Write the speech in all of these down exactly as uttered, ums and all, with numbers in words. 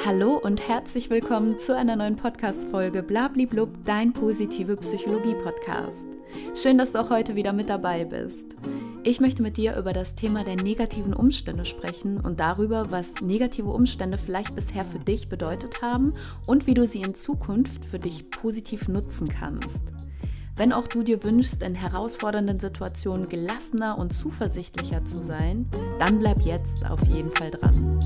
Hallo und herzlich willkommen zu einer neuen Podcast-Folge Blabliblub, dein positive Psychologie-Podcast. Schön, dass du auch heute wieder mit dabei bist. Ich möchte mit dir über das Thema der negativen Umstände sprechen und darüber, was negative Umstände vielleicht bisher für dich bedeutet haben und wie du sie in Zukunft für dich positiv nutzen kannst. Wenn auch du dir wünschst, in herausfordernden Situationen gelassener und zuversichtlicher zu sein, dann bleib jetzt auf jeden Fall dran.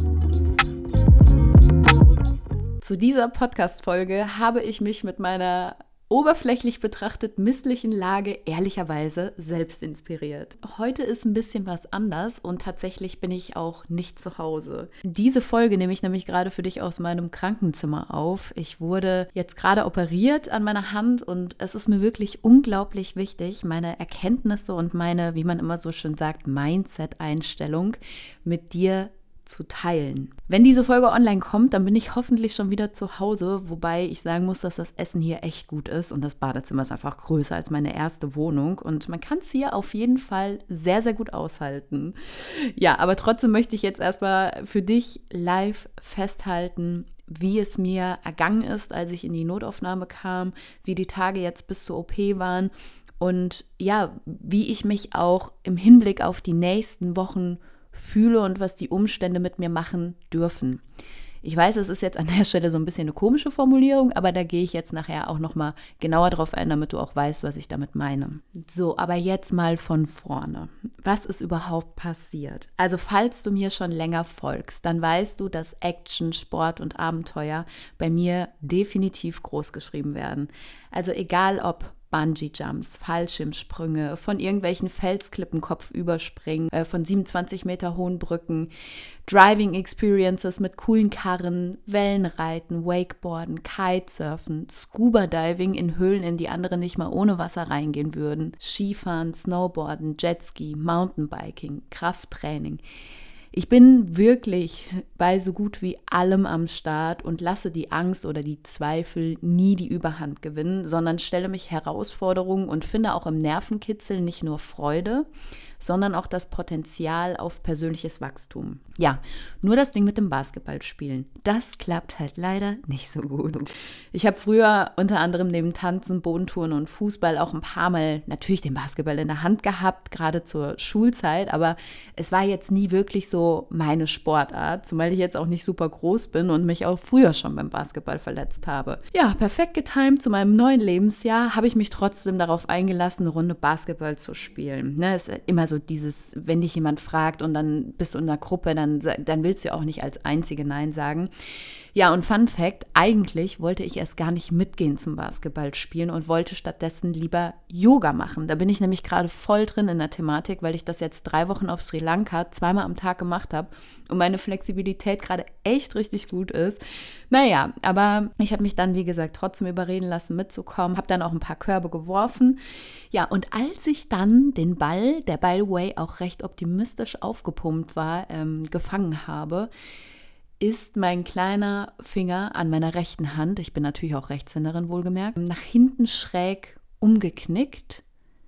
Zu dieser Podcast-Folge habe ich mich mit meiner oberflächlich betrachtet misslichen Lage ehrlicherweise selbst inspiriert. Heute ist ein bisschen was anders und tatsächlich bin ich auch nicht zu Hause. Diese Folge nehme ich nämlich gerade für dich aus meinem Krankenzimmer auf. Ich wurde jetzt gerade operiert an meiner Hand und es ist mir wirklich unglaublich wichtig, meine Erkenntnisse und meine, wie man immer so schön sagt, Mindset-Einstellung mit dir zu teilen. Wenn diese Folge online kommt, dann bin ich hoffentlich schon wieder zu Hause, wobei ich sagen muss, dass das Essen hier echt gut ist und das Badezimmer ist einfach größer als meine erste Wohnung und man kann es hier auf jeden Fall sehr, sehr gut aushalten. Ja, aber trotzdem möchte ich jetzt erstmal für dich live festhalten, wie es mir ergangen ist, als ich in die Notaufnahme kam, wie die Tage jetzt bis zur O P waren und ja, wie ich mich auch im Hinblick auf die nächsten Wochen fühle und was die Umstände mit mir machen dürfen. Ich weiß, es ist jetzt an der Stelle so ein bisschen eine komische Formulierung, aber da gehe ich jetzt nachher auch nochmal genauer drauf ein, damit du auch weißt, was ich damit meine. So, aber jetzt mal von vorne. Was ist überhaupt passiert? Also falls du mir schon länger folgst, dann weißt du, dass Action, Sport und Abenteuer bei mir definitiv groß geschrieben werden. Also egal ob Bungee-Jumps, Fallschirmsprünge, von irgendwelchen Felsklippen kopfüber springen, äh, von siebenundzwanzig Meter hohen Brücken, Driving-Experiences mit coolen Karren, Wellenreiten, Wakeboarden, Kitesurfen, Scuba-Diving in Höhlen, in die andere nicht mal ohne Wasser reingehen würden, Skifahren, Snowboarden, Jetski, Mountainbiking, Krafttraining. Ich bin wirklich bei so gut wie allem am Start und lasse die Angst oder die Zweifel nie die Überhand gewinnen, sondern stelle mich Herausforderungen und finde auch im Nervenkitzel nicht nur Freude, sondern auch das Potenzial auf persönliches Wachstum. Ja, nur das Ding mit dem Basketballspielen, das klappt halt leider nicht so gut. Ich habe früher unter anderem neben Tanzen, Bodenturnen und Fußball auch ein paar Mal natürlich den Basketball in der Hand gehabt, gerade zur Schulzeit, aber es war jetzt nie wirklich so meine Sportart, zumal ich jetzt auch nicht super groß bin und mich auch früher schon beim Basketball verletzt habe. Ja, perfekt getimt zu meinem neuen Lebensjahr habe ich mich trotzdem darauf eingelassen, eine Runde Basketball zu spielen. Ne, es ist immer so dieses, wenn dich jemand fragt und dann bist du in einer Gruppe, dann, dann willst du ja auch nicht als Einzige Nein sagen. Ja, und Fun Fact, eigentlich wollte ich erst gar nicht mitgehen zum Basketballspielen und wollte stattdessen lieber Yoga machen. Da bin ich nämlich gerade voll drin in der Thematik, weil ich das jetzt drei Wochen auf Sri Lanka zweimal am Tag gemacht habe und meine Flexibilität gerade echt richtig gut ist. Naja, aber ich habe mich dann, wie gesagt, trotzdem überreden lassen, mitzukommen, habe dann auch ein paar Körbe geworfen. Ja, und als ich dann den Ball, der by the way auch recht optimistisch aufgepumpt war, ähm, gefangen habe, ist mein kleiner Finger an meiner rechten Hand, ich bin natürlich auch Rechtshänderin wohlgemerkt, nach hinten schräg umgeknickt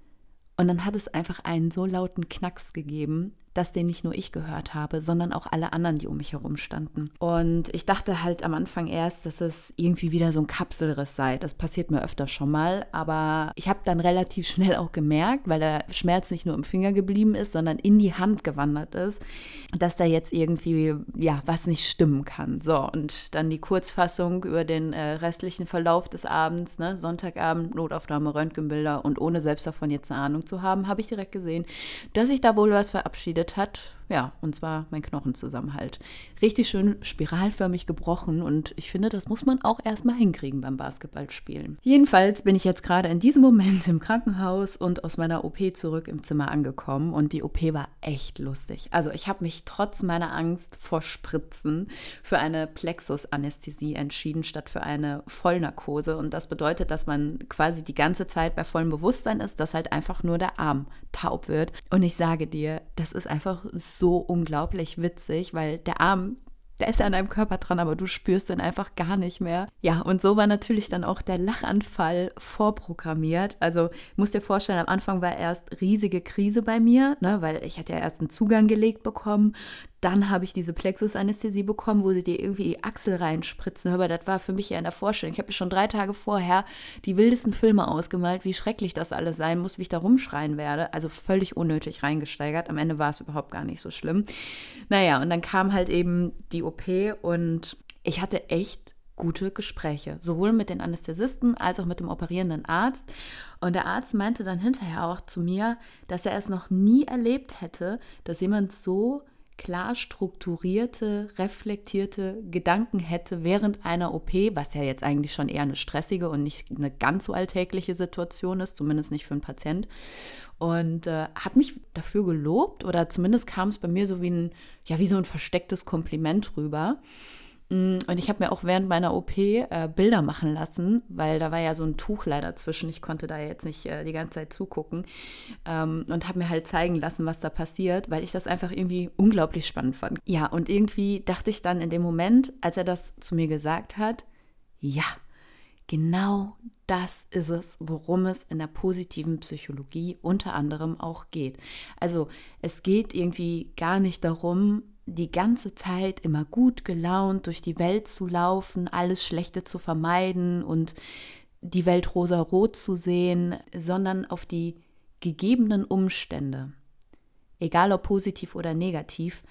und dann hat es einfach einen so lauten Knacks gegeben, dass den nicht nur ich gehört habe, sondern auch alle anderen, die um mich herum standen. Und ich dachte halt am Anfang erst, dass es irgendwie wieder so ein Kapselriss sei. Das passiert mir öfter schon mal, aber ich habe dann relativ schnell auch gemerkt, weil der Schmerz nicht nur im Finger geblieben ist, sondern in die Hand gewandert ist, dass da jetzt irgendwie, ja, was nicht stimmen kann. So, und dann die Kurzfassung über den äh, restlichen Verlauf des Abends, ne, Sonntagabend, Notaufnahme, Röntgenbilder und ohne selbst davon jetzt eine Ahnung zu haben, habe ich direkt gesehen, dass sich da wohl was verabschiedet hat, ja, und zwar mein Knochenzusammenhalt. Richtig schön spiralförmig gebrochen und ich finde, das muss man auch erstmal hinkriegen beim Basketballspielen. Jedenfalls bin ich jetzt gerade in diesem Moment im Krankenhaus und aus meiner O P zurück im Zimmer angekommen und die O P war echt lustig. Also ich habe mich trotz meiner Angst vor Spritzen für eine Plexusanästhesie entschieden, statt für eine Vollnarkose und das bedeutet, dass man quasi die ganze Zeit bei vollem Bewusstsein ist, dass halt einfach nur der Arm taub wird und ich sage dir, das ist einfach so unglaublich witzig, weil der Arm, der ist ja an deinem Körper dran, aber du spürst den einfach gar nicht mehr. Ja, und so war natürlich dann auch der Lachanfall vorprogrammiert. Also musst dir vorstellen, am Anfang war erst riesige Krise bei mir, ne, weil ich hatte ja erst einen Zugang gelegt bekommen. Dann habe ich diese Plexusanästhesie bekommen, wo sie dir irgendwie die Achsel reinspritzen. Aber das war für mich ja in der Vorstellung. Ich habe mir schon drei Tage vorher die wildesten Filme ausgemalt, wie schrecklich das alles sein muss, wie ich da rumschreien werde. Also völlig unnötig reingesteigert. Am Ende war es überhaupt gar nicht so schlimm. Naja, und dann kam halt eben die O P und ich hatte echt gute Gespräche, sowohl mit den Anästhesisten als auch mit dem operierenden Arzt. Und der Arzt meinte dann hinterher auch zu mir, dass er es noch nie erlebt hätte, dass jemand so klar strukturierte, reflektierte Gedanken hätte während einer O P, was ja jetzt eigentlich schon eher eine stressige und nicht eine ganz so alltägliche Situation ist, zumindest nicht für einen Patient. Und äh, hat mich dafür gelobt oder zumindest kam es bei mir so wie ein, ja, wie so ein verstecktes Kompliment rüber. Und ich habe mir auch während meiner O P äh, Bilder machen lassen, weil da war ja so ein Tuch leider zwischen. Ich konnte da jetzt nicht äh, die ganze Zeit zugucken ähm, und habe mir halt zeigen lassen, was da passiert, weil ich das einfach irgendwie unglaublich spannend fand. Ja, und irgendwie dachte ich dann in dem Moment, als er das zu mir gesagt hat, ja, genau das ist es, worum es in der positiven Psychologie unter anderem auch geht. Also es geht irgendwie gar nicht darum, die ganze Zeit immer gut gelaunt durch die Welt zu laufen, alles Schlechte zu vermeiden und die Welt rosarot zu sehen, sondern auf die gegebenen Umstände, egal ob positiv oder negativ,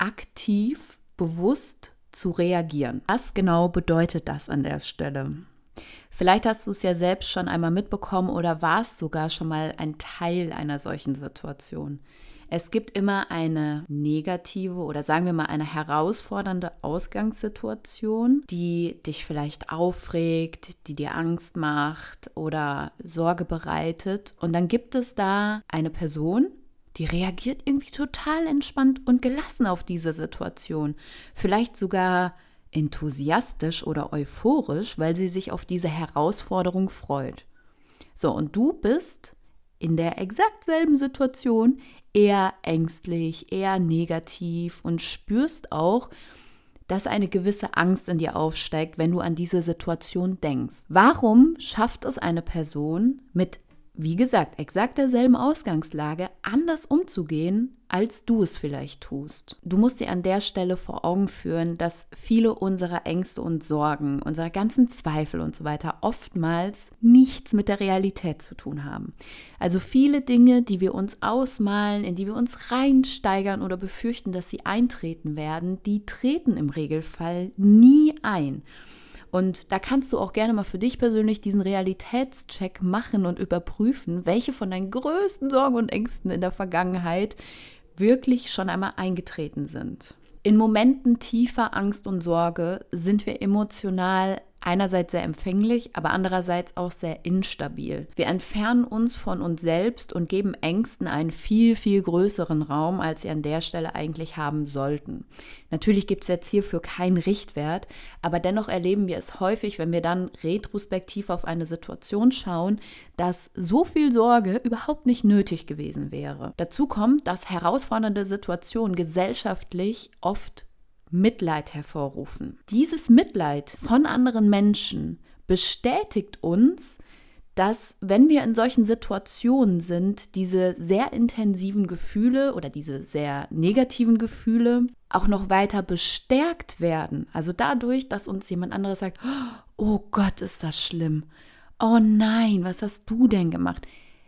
aktiv, bewusst zu reagieren. Was genau bedeutet das an der Stelle? Vielleicht hast du es ja selbst schon einmal mitbekommen oder warst sogar schon mal ein Teil einer solchen Situation. Es gibt immer eine negative oder sagen wir mal eine herausfordernde Ausgangssituation, die dich vielleicht aufregt, die dir Angst macht oder Sorge bereitet. Und dann gibt es da eine Person, die reagiert irgendwie total entspannt und gelassen auf diese Situation. Vielleicht sogar enthusiastisch oder euphorisch, weil sie sich auf diese Herausforderung freut. So, und du bist in der exakt selben Situation eher ängstlich, eher negativ und spürst auch, dass eine gewisse Angst in dir aufsteigt, wenn du an diese Situation denkst. Warum schafft es eine Person mit, wie gesagt, exakt derselben Ausgangslage, anders umzugehen, als du es vielleicht tust? Du musst dir an der Stelle vor Augen führen, dass viele unserer Ängste und Sorgen, unserer ganzen Zweifel und so weiter oftmals nichts mit der Realität zu tun haben. Also viele Dinge, die wir uns ausmalen, in die wir uns reinsteigern oder befürchten, dass sie eintreten werden, die treten im Regelfall nie ein. Und da kannst du auch gerne mal für dich persönlich diesen Realitätscheck machen und überprüfen, welche von deinen größten Sorgen und Ängsten in der Vergangenheit wirklich schon einmal eingetreten sind. In Momenten tiefer Angst und Sorge sind wir emotional einerseits sehr empfänglich, aber andererseits auch sehr instabil. Wir entfernen uns von uns selbst und geben Ängsten einen viel, viel größeren Raum, als sie an der Stelle eigentlich haben sollten. Natürlich gibt es jetzt hierfür keinen Richtwert, aber dennoch erleben wir es häufig, wenn wir dann retrospektiv auf eine Situation schauen, dass so viel Sorge überhaupt nicht nötig gewesen wäre. Dazu kommt, dass herausfordernde Situationen gesellschaftlich oft Mitleid hervorrufen. Dieses Mitleid von anderen Menschen bestätigt uns, dass, wenn wir in solchen Situationen sind, diese sehr intensiven Gefühle oder diese sehr negativen Gefühle auch noch weiter bestärkt werden. Also dadurch, dass uns jemand anderes sagt, oh Gott, ist das schlimm. Oh nein, was hast du denn gemacht?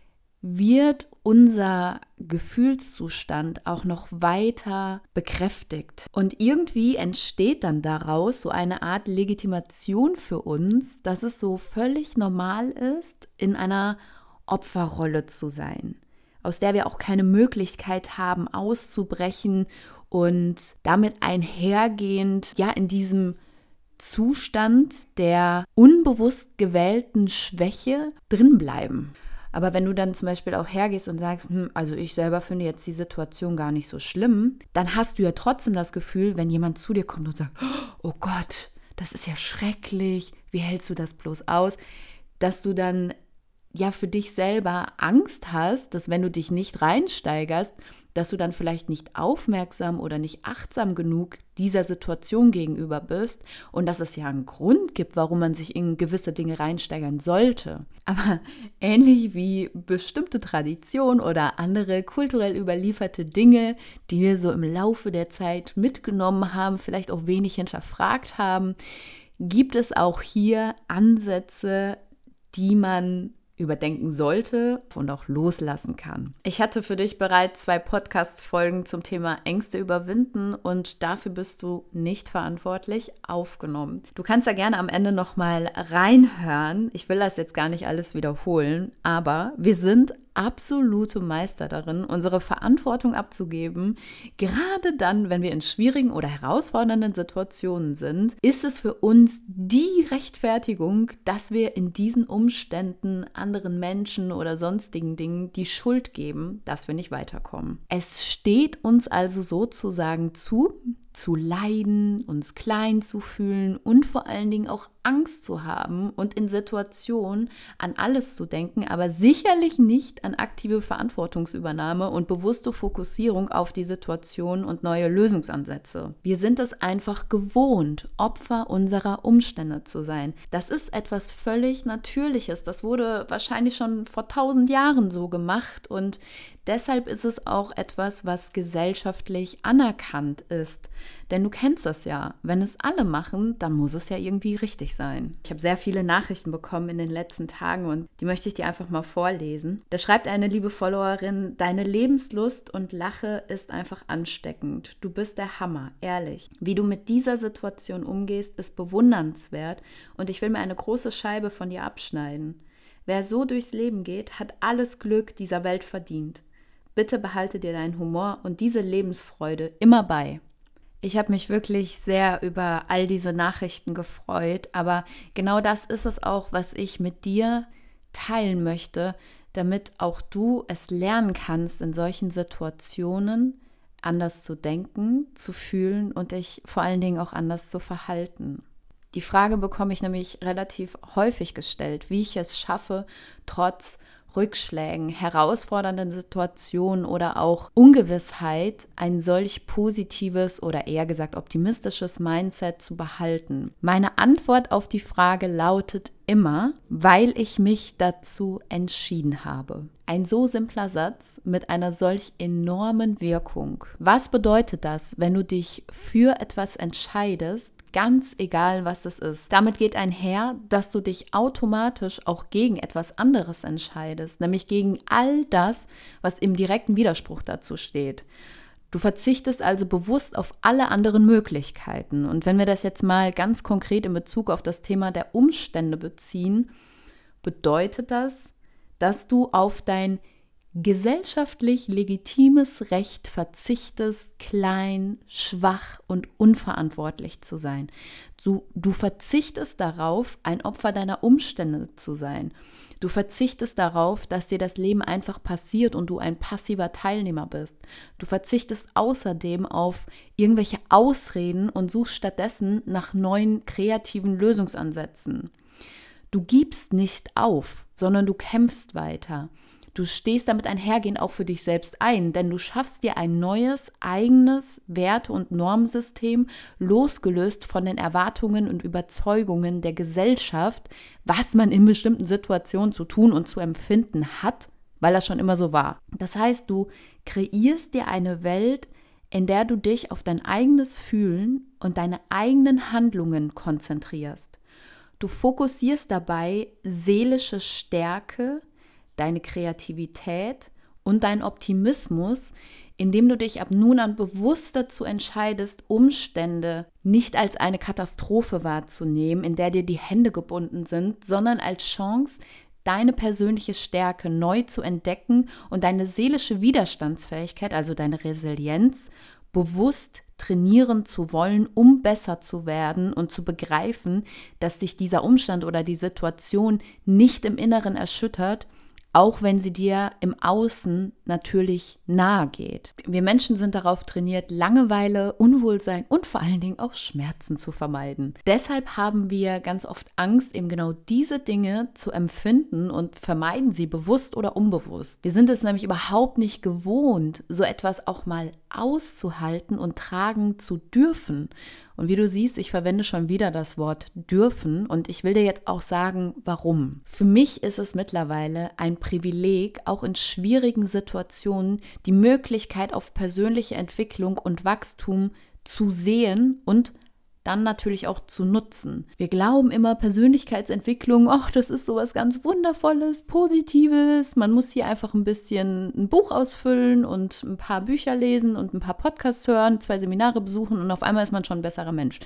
Wird unser Gefühlszustand auch noch weiter bekräftigt. Und irgendwie entsteht dann daraus so eine Art Legitimation für uns, dass es so völlig normal ist, in einer Opferrolle zu sein, aus der wir auch keine Möglichkeit haben, auszubrechen und damit einhergehend, ja, in diesem Zustand der unbewusst gewählten Schwäche drinbleiben. Aber wenn du dann zum Beispiel auch hergehst und sagst, hm, also ich selber finde jetzt die Situation gar nicht so schlimm, dann hast du ja trotzdem das Gefühl, wenn jemand zu dir kommt und sagt, oh Gott, das ist ja schrecklich, wie hältst du das bloß aus, dass du dann ja für dich selber Angst hast, dass wenn du dich nicht reinsteigerst, dass du dann vielleicht nicht aufmerksam oder nicht achtsam genug dieser Situation gegenüber bist und dass es ja einen Grund gibt, warum man sich in gewisse Dinge reinsteigern sollte. Aber ähnlich wie bestimmte Traditionen oder andere kulturell überlieferte Dinge, die wir so im Laufe der Zeit mitgenommen haben, vielleicht auch wenig hinterfragt haben, gibt es auch hier Ansätze, die man überdenken sollte und auch loslassen kann. Ich hatte für dich bereits zwei Podcast-Folgen zum Thema Ängste überwinden und dafür bist du nicht verantwortlich aufgenommen. Du kannst da gerne am Ende nochmal reinhören. Ich will das jetzt gar nicht alles wiederholen, aber wir sind absolute Meister darin, unsere Verantwortung abzugeben. Gerade dann, wenn wir in schwierigen oder herausfordernden Situationen sind, ist es für uns die Rechtfertigung, dass wir in diesen Umständen anderen Menschen oder sonstigen Dingen die Schuld geben, dass wir nicht weiterkommen. Es steht uns also sozusagen zu, zu leiden, uns klein zu fühlen und vor allen Dingen auch Angst zu haben und in Situationen an alles zu denken, aber sicherlich nicht an aktive Verantwortungsübernahme und bewusste Fokussierung auf die Situation und neue Lösungsansätze. Wir sind es einfach gewohnt, Opfer unserer Umstände zu sein. Das ist etwas völlig Natürliches. Das wurde wahrscheinlich schon vor tausend Jahren so gemacht und deshalb ist es auch etwas, was gesellschaftlich anerkannt ist. Denn du kennst das ja, wenn es alle machen, dann muss es ja irgendwie richtig sein. Ich habe sehr viele Nachrichten bekommen in den letzten Tagen und die möchte ich dir einfach mal vorlesen. Da schreibt eine liebe Followerin: Deine Lebenslust und Lache ist einfach ansteckend. Du bist der Hammer, ehrlich. Wie du mit dieser Situation umgehst, ist bewundernswert und ich will mir eine große Scheibe von dir abschneiden. Wer so durchs Leben geht, hat alles Glück dieser Welt verdient. Bitte behalte dir deinen Humor und diese Lebensfreude immer bei. Ich habe mich wirklich sehr über all diese Nachrichten gefreut, aber genau das ist es auch, was ich mit dir teilen möchte, damit auch du es lernen kannst, in solchen Situationen anders zu denken, zu fühlen und dich vor allen Dingen auch anders zu verhalten. Die Frage bekomme ich nämlich relativ häufig gestellt, wie ich es schaffe, trotz Rückschlägen, herausfordernden Situationen oder auch Ungewissheit ein solch positives oder eher gesagt optimistisches Mindset zu behalten. Meine Antwort auf die Frage lautet immer, weil ich mich dazu entschieden habe. Ein so simpler Satz mit einer solch enormen Wirkung. Was bedeutet das, wenn du dich für etwas entscheidest, ganz egal, was es ist? Damit geht einher, dass du dich automatisch auch gegen etwas anderes entscheidest, nämlich gegen all das, was im direkten Widerspruch dazu steht. Du verzichtest also bewusst auf alle anderen Möglichkeiten. Und wenn wir das jetzt mal ganz konkret in Bezug auf das Thema der Umstände beziehen, bedeutet das, dass du auf dein gesellschaftlich legitimes Recht verzichtest, klein, schwach und unverantwortlich zu sein. Du, du verzichtest darauf, ein Opfer deiner Umstände zu sein. Du verzichtest darauf, dass dir das Leben einfach passiert und du ein passiver Teilnehmer bist. Du verzichtest außerdem auf irgendwelche Ausreden und suchst stattdessen nach neuen kreativen Lösungsansätzen. Du gibst nicht auf, sondern du kämpfst weiter. Du stehst damit einhergehend auch für dich selbst ein, denn du schaffst dir ein neues, eigenes Werte- und Normsystem, losgelöst von den Erwartungen und Überzeugungen der Gesellschaft, was man in bestimmten Situationen zu tun und zu empfinden hat, weil das schon immer so war. Das heißt, du kreierst dir eine Welt, in der du dich auf dein eigenes Fühlen und deine eigenen Handlungen konzentrierst. Du fokussierst dabei seelische Stärke, deine Kreativität und dein Optimismus, indem du dich ab nun an bewusst dazu entscheidest, Umstände nicht als eine Katastrophe wahrzunehmen, in der dir die Hände gebunden sind, sondern als Chance, deine persönliche Stärke neu zu entdecken und deine seelische Widerstandsfähigkeit, also deine Resilienz, bewusst trainieren zu wollen, um besser zu werden und zu begreifen, dass dich dieser Umstand oder die Situation nicht im Inneren erschüttert, auch wenn sie dir im Außen natürlich nahe geht. Wir Menschen sind darauf trainiert, Langeweile, Unwohlsein und vor allen Dingen auch Schmerzen zu vermeiden. Deshalb haben wir ganz oft Angst, eben genau diese Dinge zu empfinden und vermeiden sie bewusst oder unbewusst. Wir sind es nämlich überhaupt nicht gewohnt, so etwas auch mal auszuhalten und tragen zu dürfen. Und wie du siehst, ich verwende schon wieder das Wort dürfen und ich will dir jetzt auch sagen, warum. Für mich ist es mittlerweile ein Privileg, auch in schwierigen Situationen die Möglichkeit auf persönliche Entwicklung und Wachstum zu sehen und dann natürlich auch zu nutzen. Wir glauben immer, Persönlichkeitsentwicklung, ach, das ist sowas ganz Wundervolles, Positives. Man muss hier einfach ein bisschen ein Buch ausfüllen und ein paar Bücher lesen und ein paar Podcasts hören, zwei Seminare besuchen und auf einmal ist man schon ein besserer Mensch.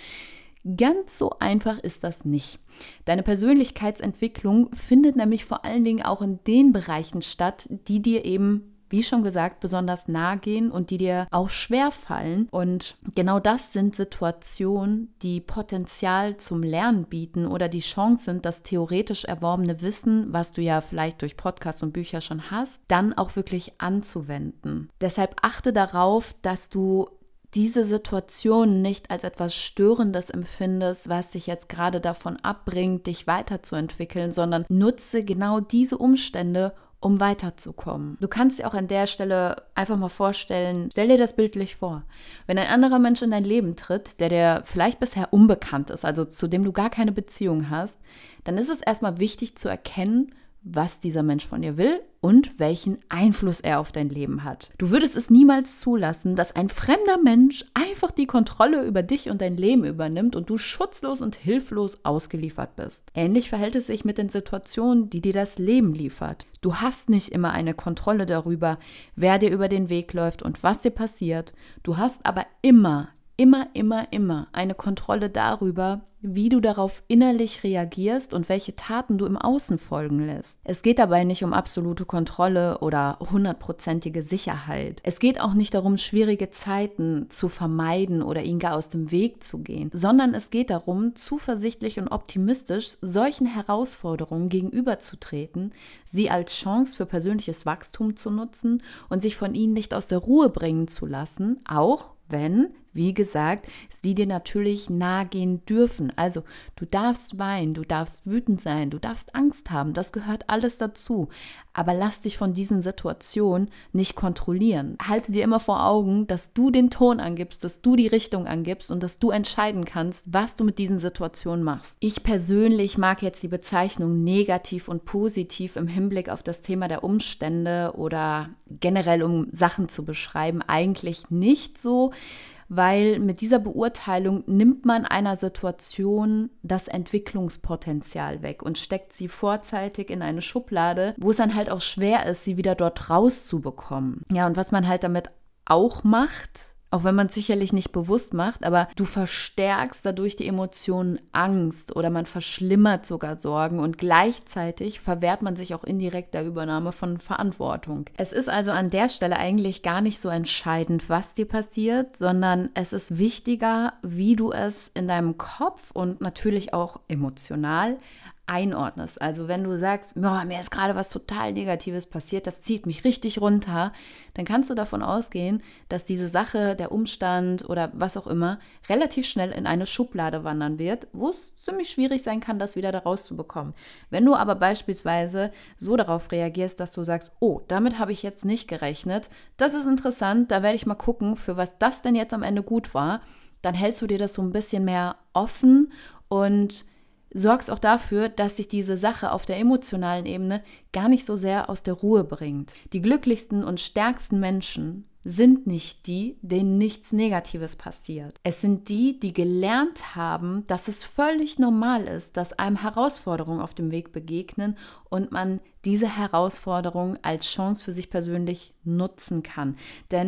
Ganz so einfach ist das nicht. Deine Persönlichkeitsentwicklung findet nämlich vor allen Dingen auch in den Bereichen statt, die dir eben, wie schon gesagt, besonders nahe gehen und die dir auch schwer fallen. Und genau das sind Situationen, die Potenzial zum Lernen bieten oder die Chance sind, das theoretisch erworbene Wissen, was du ja vielleicht durch Podcasts und Bücher schon hast, dann auch wirklich anzuwenden. Deshalb achte darauf, dass du diese Situation nicht als etwas Störendes empfindest, was dich jetzt gerade davon abbringt, dich weiterzuentwickeln, sondern nutze genau diese Umstände, um weiterzukommen. Du kannst dir auch an der Stelle einfach mal vorstellen, stell dir das bildlich vor, wenn ein anderer Mensch in dein Leben tritt, der dir vielleicht bisher unbekannt ist, also zu dem du gar keine Beziehung hast, dann ist es erstmal wichtig zu erkennen, was dieser Mensch von dir will und welchen Einfluss er auf dein Leben hat. Du würdest es niemals zulassen, dass ein fremder Mensch einfach die Kontrolle über dich und dein Leben übernimmt und du schutzlos und hilflos ausgeliefert bist. Ähnlich verhält es sich mit den Situationen, die dir das Leben liefert. Du hast nicht immer eine Kontrolle darüber, wer dir über den Weg läuft und was dir passiert. Du hast aber immer, immer, immer, immer eine Kontrolle darüber, wie du darauf innerlich reagierst und welche Taten du im Außen folgen lässt. Es geht dabei nicht um absolute Kontrolle oder hundertprozentige Sicherheit. Es geht auch nicht darum, schwierige Zeiten zu vermeiden oder ihnen gar aus dem Weg zu gehen, sondern es geht darum, zuversichtlich und optimistisch solchen Herausforderungen gegenüberzutreten, sie als Chance für persönliches Wachstum zu nutzen und sich von ihnen nicht aus der Ruhe bringen zu lassen, auch wenn, wie gesagt, sie dir natürlich nahe gehen dürfen. Also du darfst weinen, du darfst wütend sein, du darfst Angst haben, das gehört alles dazu. Aber lass dich von diesen Situationen nicht kontrollieren. Halte dir immer vor Augen, dass du den Ton angibst, dass du die Richtung angibst und dass du entscheiden kannst, was du mit diesen Situationen machst. Ich persönlich mag jetzt die Bezeichnung negativ und positiv im Hinblick auf das Thema der Umstände oder generell um Sachen zu beschreiben, eigentlich nicht so, weil mit dieser Beurteilung nimmt man einer Situation das Entwicklungspotenzial weg und steckt sie vorzeitig in eine Schublade, wo es dann halt auch schwer ist, sie wieder dort rauszubekommen. Ja, und was man halt damit auch macht, auch wenn man es sicherlich nicht bewusst macht, aber du verstärkst dadurch die Emotionen Angst oder man verschlimmert sogar Sorgen und gleichzeitig verwehrt man sich auch indirekt der Übernahme von Verantwortung. Es ist also an der Stelle eigentlich gar nicht so entscheidend, was dir passiert, sondern es ist wichtiger, wie du es in deinem Kopf und natürlich auch emotional einordnest. Also wenn du sagst, oh, mir ist gerade was total Negatives passiert, das zieht mich richtig runter, dann kannst du davon ausgehen, dass diese Sache, der Umstand oder was auch immer, relativ schnell in eine Schublade wandern wird, wo es ziemlich schwierig sein kann, das wieder da rauszubekommen. Wenn du aber beispielsweise so darauf reagierst, dass du sagst, oh, damit habe ich jetzt nicht gerechnet, das ist interessant, da werde ich mal gucken, für was das denn jetzt am Ende gut war, dann hältst du dir das so ein bisschen mehr offen und sorgst auch dafür, dass sich diese Sache auf der emotionalen Ebene gar nicht so sehr aus der Ruhe bringt. Die glücklichsten und stärksten Menschen sind nicht die, denen nichts Negatives passiert. Es sind die, die gelernt haben, dass es völlig normal ist, dass einem Herausforderungen auf dem Weg begegnen und man diese Herausforderung als Chance für sich persönlich nutzen kann. Denn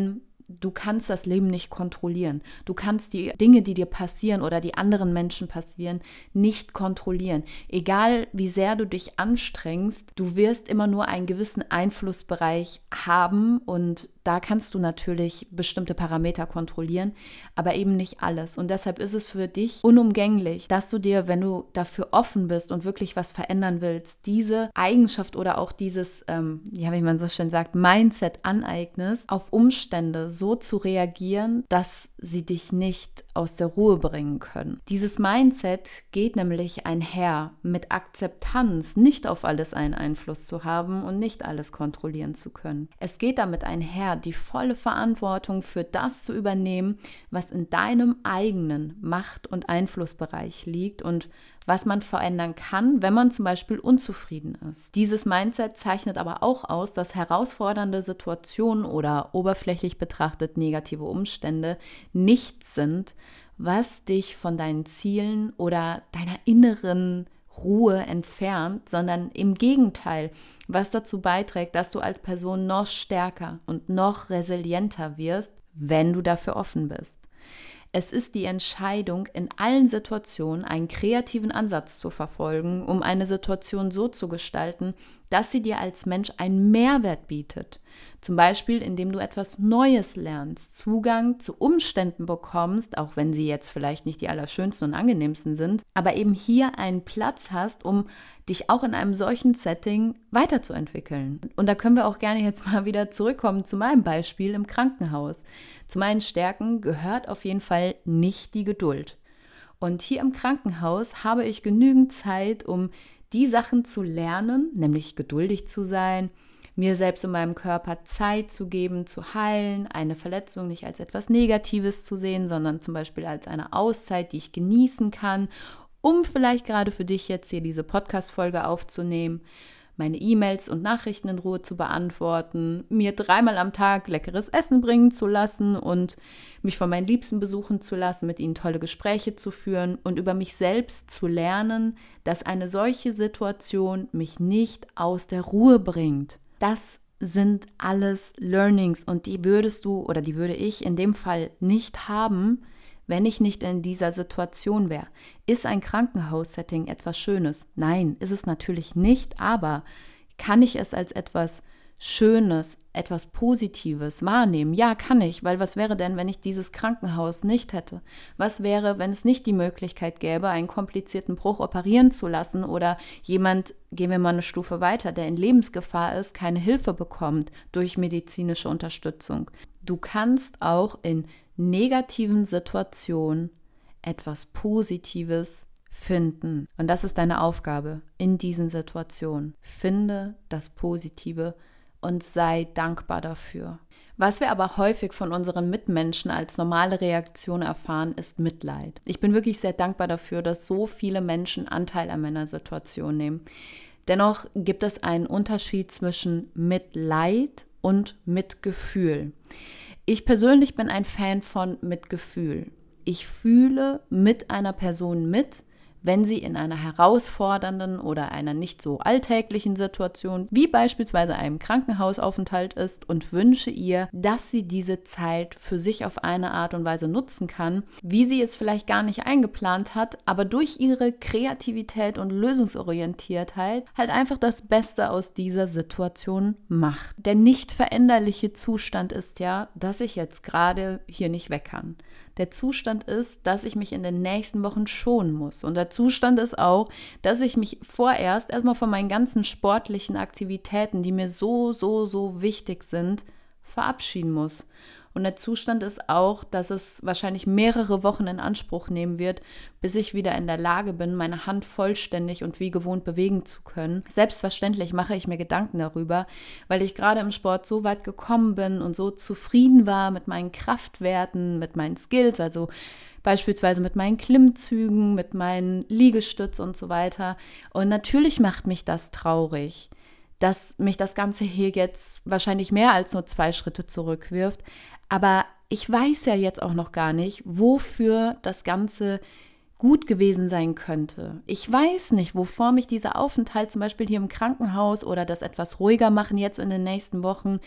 du kannst das Leben nicht kontrollieren. Du kannst die Dinge, die dir passieren oder die anderen Menschen passieren, nicht kontrollieren. Egal wie sehr du dich anstrengst, du wirst immer nur einen gewissen Einflussbereich haben und da kannst du natürlich bestimmte Parameter kontrollieren, aber eben nicht alles. Und deshalb ist es für dich unumgänglich, dass du dir, wenn du dafür offen bist und wirklich was verändern willst, diese Eigenschaft oder auch dieses, ähm, ja, wie man so schön sagt, Mindset aneignest, auf Umstände so zu reagieren, dass sie dich nicht aus der Ruhe bringen können. Dieses Mindset geht nämlich einher mit Akzeptanz, nicht auf alles einen Einfluss zu haben und nicht alles kontrollieren zu können. Es geht damit einher, die volle Verantwortung für das zu übernehmen, was in deinem eigenen Macht- und Einflussbereich liegt und was man verändern kann, wenn man zum Beispiel unzufrieden ist. Dieses Mindset zeichnet aber auch aus, dass herausfordernde Situationen oder oberflächlich betrachtet negative Umstände nichts sind, was dich von deinen Zielen oder deiner inneren Ruhe entfernt, sondern im Gegenteil, was dazu beiträgt, dass du als Person noch stärker und noch resilienter wirst, wenn du dafür offen bist. Es ist die Entscheidung, in allen Situationen einen kreativen Ansatz zu verfolgen, um eine Situation so zu gestalten, dass sie dir als Mensch einen Mehrwert bietet. Zum Beispiel, indem du etwas Neues lernst, Zugang zu Umständen bekommst, auch wenn sie jetzt vielleicht nicht die allerschönsten und angenehmsten sind, aber eben hier einen Platz hast, um dich auch in einem solchen Setting weiterzuentwickeln. Und da können wir auch gerne jetzt mal wieder zurückkommen zu meinem Beispiel im Krankenhaus. Zu meinen Stärken gehört auf jeden Fall nicht die Geduld. Und hier im Krankenhaus habe ich genügend Zeit, um die Sachen zu lernen, nämlich geduldig zu sein, mir selbst und meinem Körper Zeit zu geben, zu heilen, eine Verletzung nicht als etwas Negatives zu sehen, sondern zum Beispiel als eine Auszeit, die ich genießen kann, um vielleicht gerade für dich jetzt hier diese Podcast-Folge aufzunehmen, meine E-Mails und Nachrichten in Ruhe zu beantworten, mir dreimal am Tag leckeres Essen bringen zu lassen und mich von meinen Liebsten besuchen zu lassen, mit ihnen tolle Gespräche zu führen und über mich selbst zu lernen, dass eine solche Situation mich nicht aus der Ruhe bringt. Das sind alles Learnings und die würdest du oder die würde ich in dem Fall nicht haben, wenn ich nicht in dieser Situation wäre. Ist ein Krankenhaussetting etwas Schönes? Nein, ist es natürlich nicht, aber kann ich es als etwas Schönes, etwas Positives wahrnehmen? Ja, kann ich, weil was wäre denn, wenn ich dieses Krankenhaus nicht hätte? Was wäre, wenn es nicht die Möglichkeit gäbe, einen komplizierten Bruch operieren zu lassen oder jemand, gehen wir mal eine Stufe weiter, der in Lebensgefahr ist, keine Hilfe bekommt durch medizinische Unterstützung? Du kannst auch in negativen Situationen etwas Positives finden. Und das ist deine Aufgabe in diesen Situationen. Finde das Positive und sei dankbar dafür. Was wir aber häufig von unseren Mitmenschen als normale Reaktion erfahren, ist Mitleid. Ich bin wirklich sehr dankbar dafür, dass so viele Menschen Anteil an meiner Situation nehmen. Dennoch gibt es einen Unterschied zwischen Mitleid und Mitgefühl. Ich persönlich bin ein Fan von Mitgefühl. Ich fühle mit einer Person mit, wenn sie in einer herausfordernden oder einer nicht so alltäglichen Situation, wie beispielsweise einem Krankenhausaufenthalt ist und wünsche ihr, dass sie diese Zeit für sich auf eine Art und Weise nutzen kann, wie sie es vielleicht gar nicht eingeplant hat, aber durch ihre Kreativität und Lösungsorientiertheit halt einfach das Beste aus dieser Situation macht. Der nicht veränderliche Zustand ist ja, dass ich jetzt gerade hier nicht weg kann. Der Zustand ist, dass ich mich in den nächsten Wochen schonen muss. Und der Zustand ist auch, dass ich mich vorerst erstmal von meinen ganzen sportlichen Aktivitäten, die mir so, so, so wichtig sind, verabschieden muss. Und der Zustand ist auch, dass es wahrscheinlich mehrere Wochen in Anspruch nehmen wird, bis ich wieder in der Lage bin, meine Hand vollständig und wie gewohnt bewegen zu können. Selbstverständlich mache ich mir Gedanken darüber, weil ich gerade im Sport so weit gekommen bin und so zufrieden war mit meinen Kraftwerten, mit meinen Skills, also beispielsweise mit meinen Klimmzügen, mit meinen Liegestütz und so weiter. Und natürlich macht mich das traurig, dass mich das Ganze hier jetzt wahrscheinlich mehr als nur zwei Schritte zurückwirft. Aber ich weiß ja jetzt auch noch gar nicht, wofür das Ganze gut gewesen sein könnte. Ich weiß nicht, wovor mich dieser Aufenthalt zum Beispiel hier im Krankenhaus oder das etwas ruhiger machen jetzt in den nächsten Wochen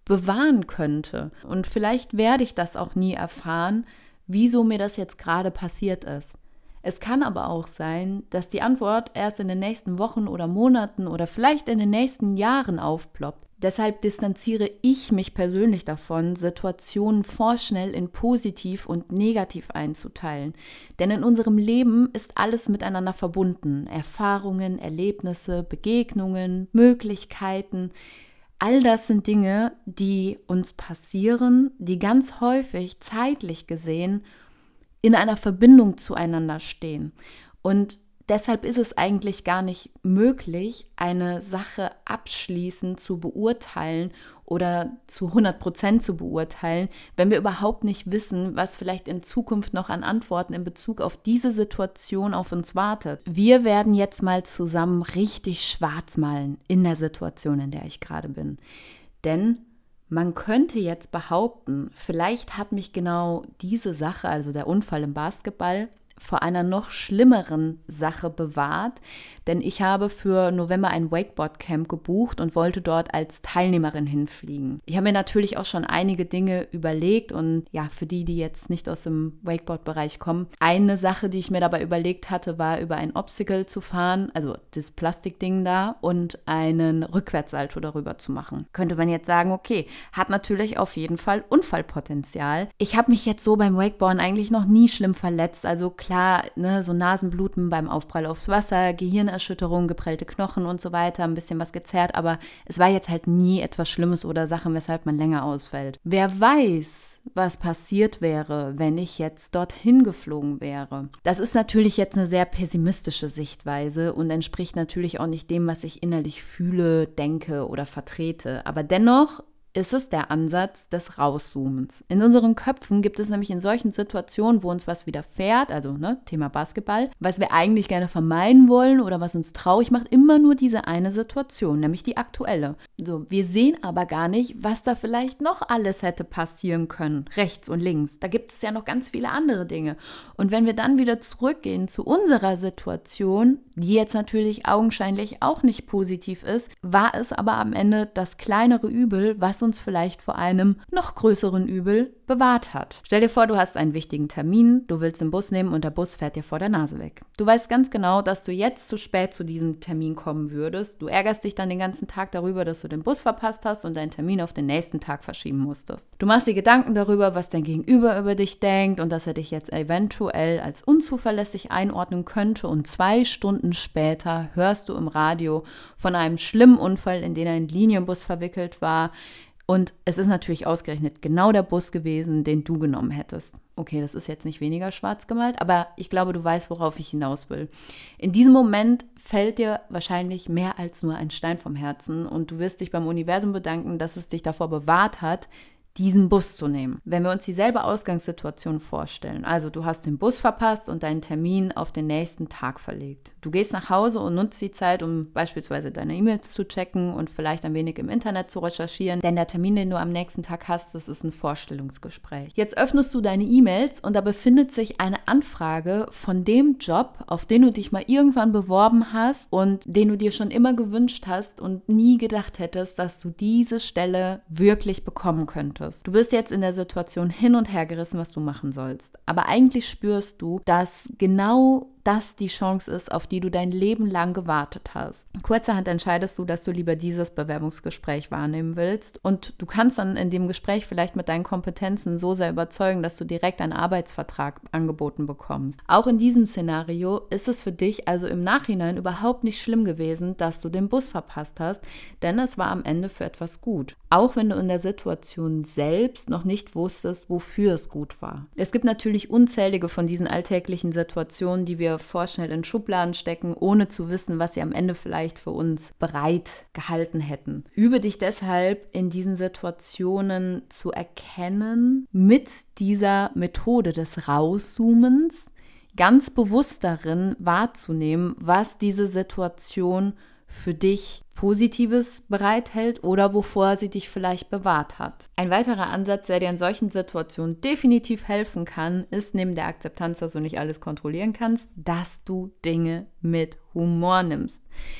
bewahren könnte. Und vielleicht werde ich das auch nie erfahren, wieso mir das jetzt gerade passiert ist. Es kann aber auch sein, dass die Antwort erst in den nächsten Wochen oder Monaten oder vielleicht in den nächsten Jahren aufploppt. Deshalb distanziere ich mich persönlich davon, Situationen vorschnell in positiv und negativ einzuteilen. Denn in unserem Leben ist alles miteinander verbunden. Erfahrungen, Erlebnisse, Begegnungen, Möglichkeiten. All das sind Dinge, die uns passieren, die ganz häufig zeitlich gesehen in einer Verbindung zueinander stehen. Und deshalb ist es eigentlich gar nicht möglich, eine Sache abschließend zu beurteilen oder zu hundert Prozent zu beurteilen, wenn wir überhaupt nicht wissen, was vielleicht in Zukunft noch an Antworten in Bezug auf diese Situation auf uns wartet. Wir werden jetzt mal zusammen richtig schwarz malen in der Situation, in der ich gerade bin. Denn man könnte jetzt behaupten, vielleicht hat mich genau diese Sache, also der Unfall im Basketball, vor einer noch schlimmeren Sache bewahrt, denn ich habe für November ein Wakeboard-Camp gebucht und wollte dort als Teilnehmerin hinfliegen. Ich habe mir natürlich auch schon einige Dinge überlegt und ja, für die, die jetzt nicht aus dem Wakeboard-Bereich kommen, eine Sache, die ich mir dabei überlegt hatte, war über ein Obstacle zu fahren, also das Plastikding da, und einen Rückwärtssalto darüber zu machen. Könnte man jetzt sagen, okay, hat natürlich auf jeden Fall Unfallpotenzial. Ich habe mich jetzt so beim Wakeboarden eigentlich noch nie schlimm verletzt, also klar, ne, so Nasenbluten beim Aufprall aufs Wasser, Gehirnerschütterung, geprellte Knochen und so weiter, ein bisschen was gezerrt, aber es war jetzt halt nie etwas Schlimmes oder Sachen, weshalb man länger ausfällt. Wer weiß, was passiert wäre, wenn ich jetzt dorthin geflogen wäre. Das ist natürlich jetzt eine sehr pessimistische Sichtweise und entspricht natürlich auch nicht dem, was ich innerlich fühle, denke oder vertrete. Aber dennoch ist es der Ansatz des Rauszoomens. In unseren Köpfen gibt es nämlich in solchen Situationen, wo uns was widerfährt, also ne, Thema Basketball, was wir eigentlich gerne vermeiden wollen oder was uns traurig macht, immer nur diese eine Situation, nämlich die aktuelle. So, wir sehen aber gar nicht, was da vielleicht noch alles hätte passieren können, rechts und links. Da gibt es ja noch ganz viele andere Dinge. Und wenn wir dann wieder zurückgehen zu unserer Situation, die jetzt natürlich augenscheinlich auch nicht positiv ist, war es aber am Ende das kleinere Übel, was uns vielleicht vor einem noch größeren Übel bewahrt hat. Stell dir vor, du hast einen wichtigen Termin, du willst den Bus nehmen und der Bus fährt dir vor der Nase weg. Du weißt ganz genau, dass du jetzt zu spät zu diesem Termin kommen würdest. Du ärgerst dich dann den ganzen Tag darüber, dass du den Bus verpasst hast und deinen Termin auf den nächsten Tag verschieben musstest. Du machst dir Gedanken darüber, was dein Gegenüber über dich denkt und dass er dich jetzt eventuell als unzuverlässig einordnen könnte, und zwei Stunden später hörst du im Radio von einem schlimmen Unfall, in den ein Linienbus verwickelt war. Und es ist natürlich ausgerechnet genau der Bus gewesen, den du genommen hättest. Okay, das ist jetzt nicht weniger schwarz gemalt, aber ich glaube, du weißt, worauf ich hinaus will. In diesem Moment fällt dir wahrscheinlich mehr als nur ein Stein vom Herzen und du wirst dich beim Universum bedanken, dass es dich davor bewahrt hat, diesen Bus zu nehmen. Wenn wir uns dieselbe Ausgangssituation vorstellen, also du hast den Bus verpasst und deinen Termin auf den nächsten Tag verlegt. Du gehst nach Hause und nutzt die Zeit, um beispielsweise deine E-Mails zu checken und vielleicht ein wenig im Internet zu recherchieren, denn der Termin, den du am nächsten Tag hast, das ist ein Vorstellungsgespräch. Jetzt öffnest du deine E-Mails und da befindet sich eine Anfrage von dem Job, auf den du dich mal irgendwann beworben hast und den du dir schon immer gewünscht hast und nie gedacht hättest, dass du diese Stelle wirklich bekommen könntest. Du bist jetzt in der Situation hin und her gerissen, was du machen sollst. Aber eigentlich spürst du, dass genau das die Chance ist, auf die du dein Leben lang gewartet hast. Kurzerhand entscheidest du, dass du lieber dieses Bewerbungsgespräch wahrnehmen willst und du kannst dann in dem Gespräch vielleicht mit deinen Kompetenzen so sehr überzeugen, dass du direkt einen Arbeitsvertrag angeboten bekommst. Auch in diesem Szenario ist es für dich also im Nachhinein überhaupt nicht schlimm gewesen, dass du den Bus verpasst hast, denn es war am Ende für etwas gut. Auch wenn du in der Situation selbst noch nicht wusstest, wofür es gut war. Es gibt natürlich unzählige von diesen alltäglichen Situationen, die wir vorschnell in Schubladen stecken, ohne zu wissen, was sie am Ende vielleicht für uns bereit gehalten hätten. Übe dich deshalb in diesen Situationen zu erkennen, mit dieser Methode des Rauszoomens ganz bewusst darin wahrzunehmen, was diese Situation für dich Positives bereithält oder wovor sie dich vielleicht bewahrt hat. Ein weiterer Ansatz, der dir in solchen Situationen definitiv helfen kann, ist neben der Akzeptanz, dass du nicht alles kontrollieren kannst, dass du Dinge mit Humor nimmst.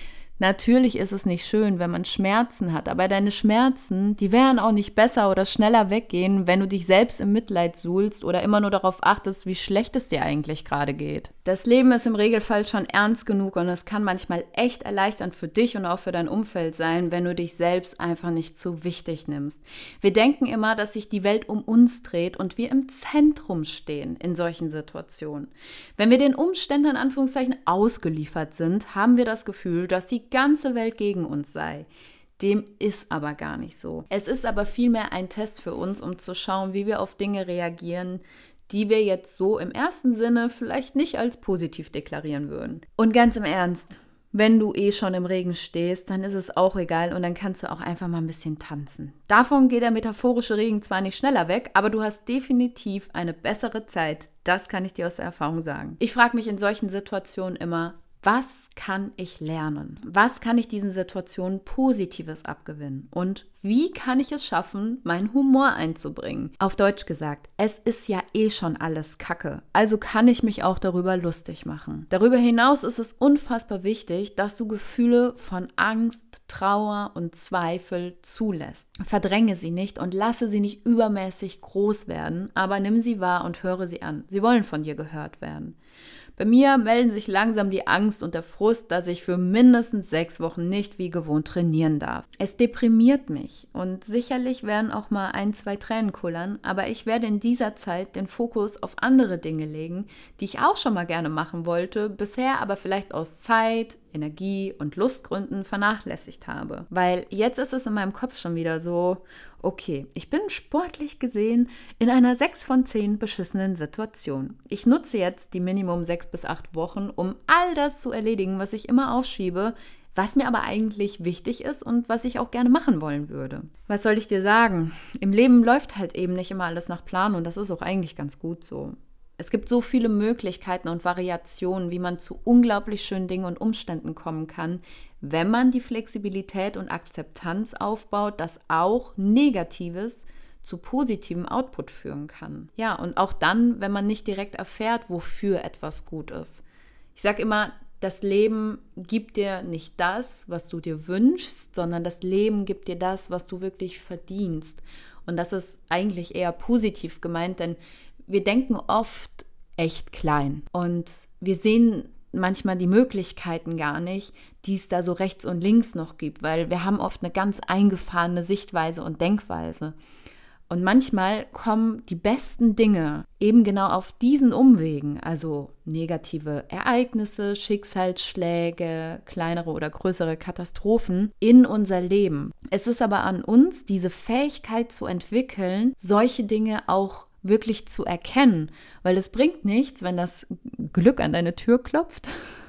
Natürlich ist es nicht schön, wenn man Schmerzen hat, aber deine Schmerzen, die werden auch nicht besser oder schneller weggehen, wenn du dich selbst im Mitleid suhlst oder immer nur darauf achtest, wie schlecht es dir eigentlich gerade geht. Das Leben ist im Regelfall schon ernst genug und es kann manchmal echt erleichternd für dich und auch für dein Umfeld sein, wenn du dich selbst einfach nicht zu wichtig nimmst. Wir denken immer, dass sich die Welt um uns dreht und wir im Zentrum stehen in solchen Situationen. Wenn wir den Umständen in Anführungszeichen ausgeliefert sind, haben wir das Gefühl, dass die ganze Welt gegen uns sei. Dem ist aber gar nicht so. Es ist aber vielmehr ein Test für uns, um zu schauen, wie wir auf Dinge reagieren, die wir jetzt so im ersten Sinne vielleicht nicht als positiv deklarieren würden. Und ganz im Ernst, wenn du eh schon im Regen stehst, dann ist es auch egal und dann kannst du auch einfach mal ein bisschen tanzen. Davon geht der metaphorische Regen zwar nicht schneller weg, aber du hast definitiv eine bessere Zeit. Das kann ich dir aus der Erfahrung sagen. Ich frage mich in solchen Situationen immer, was kann ich lernen? Was kann ich diesen Situationen Positives abgewinnen? Und wie kann ich es schaffen, meinen Humor einzubringen? Auf Deutsch gesagt, es ist ja eh schon alles Kacke. Also kann ich mich auch darüber lustig machen. Darüber hinaus ist es unfassbar wichtig, dass du Gefühle von Angst, Trauer und Zweifel zulässt. Verdränge sie nicht und lasse sie nicht übermäßig groß werden, aber nimm sie wahr und höre sie an. Sie wollen von dir gehört werden. Bei mir melden sich langsam die Angst und der Frust, dass ich für mindestens sechs Wochen nicht wie gewohnt trainieren darf. Es deprimiert mich und sicherlich werden auch mal ein, zwei Tränen kullern, aber ich werde in dieser Zeit den Fokus auf andere Dinge legen, die ich auch schon mal gerne machen wollte, bisher aber vielleicht aus Zeit, Energie und Lustgründen vernachlässigt habe. Weil jetzt ist es in meinem Kopf schon wieder so, okay, ich bin sportlich gesehen in einer sechs von zehn beschissenen Situation. Ich nutze jetzt die Minimum sechs bis acht Wochen, um all das zu erledigen, was ich immer aufschiebe, was mir aber eigentlich wichtig ist und was ich auch gerne machen wollen würde. Was soll ich dir sagen? Im Leben läuft halt eben nicht immer alles nach Plan und das ist auch eigentlich ganz gut so. Es gibt so viele Möglichkeiten und Variationen, wie man zu unglaublich schönen Dingen und Umständen kommen kann, wenn man die Flexibilität und Akzeptanz aufbaut, dass auch Negatives zu positivem Output führen kann. Ja, und auch dann, wenn man nicht direkt erfährt, wofür etwas gut ist. Ich sage immer, das Leben gibt dir nicht das, was du dir wünschst, sondern das Leben gibt dir das, was du wirklich verdienst. Und das ist eigentlich eher positiv gemeint, denn wir denken oft echt klein und wir sehen manchmal die Möglichkeiten gar nicht, die es da so rechts und links noch gibt, weil wir haben oft eine ganz eingefahrene Sichtweise und Denkweise. Und manchmal kommen die besten Dinge eben genau auf diesen Umwegen, also negative Ereignisse, Schicksalsschläge, kleinere oder größere Katastrophen in unser Leben. Es ist aber an uns, diese Fähigkeit zu entwickeln, solche Dinge auch wirklich zu erkennen, weil es bringt nichts, wenn das Glück an deine Tür klopft,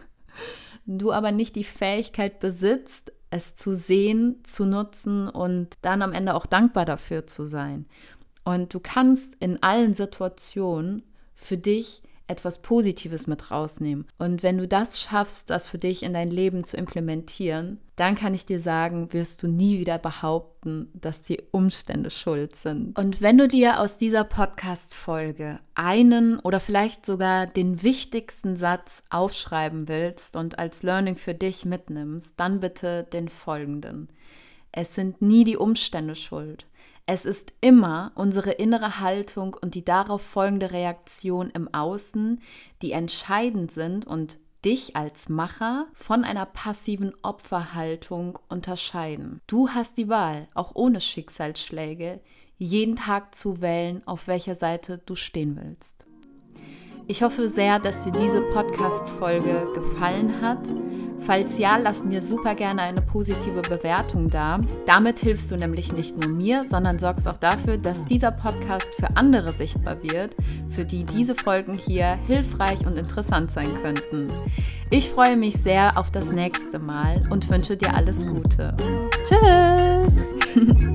du aber nicht die Fähigkeit besitzt, es zu sehen, zu nutzen und dann am Ende auch dankbar dafür zu sein. Und du kannst in allen Situationen für dich etwas Positives mit rausnehmen. Und wenn du das schaffst, das für dich in dein Leben zu implementieren, dann kann ich dir sagen, wirst du nie wieder behaupten, dass die Umstände schuld sind. Und wenn du dir aus dieser Podcast-Folge einen oder vielleicht sogar den wichtigsten Satz aufschreiben willst und als Learning für dich mitnimmst, dann bitte den folgenden. Es sind nie die Umstände schuld. Es ist immer unsere innere Haltung und die darauf folgende Reaktion im Außen, die entscheidend sind und dich als Macher von einer passiven Opferhaltung unterscheiden. Du hast die Wahl, auch ohne Schicksalsschläge, jeden Tag zu wählen, auf welcher Seite du stehen willst. Ich hoffe sehr, dass dir diese Podcast-Folge gefallen hat. Falls ja, lass mir super gerne eine positive Bewertung da. Damit hilfst du nämlich nicht nur mir, sondern sorgst auch dafür, dass dieser Podcast für andere sichtbar wird, für die diese Folgen hier hilfreich und interessant sein könnten. Ich freue mich sehr auf das nächste Mal und wünsche dir alles Gute. Tschüss!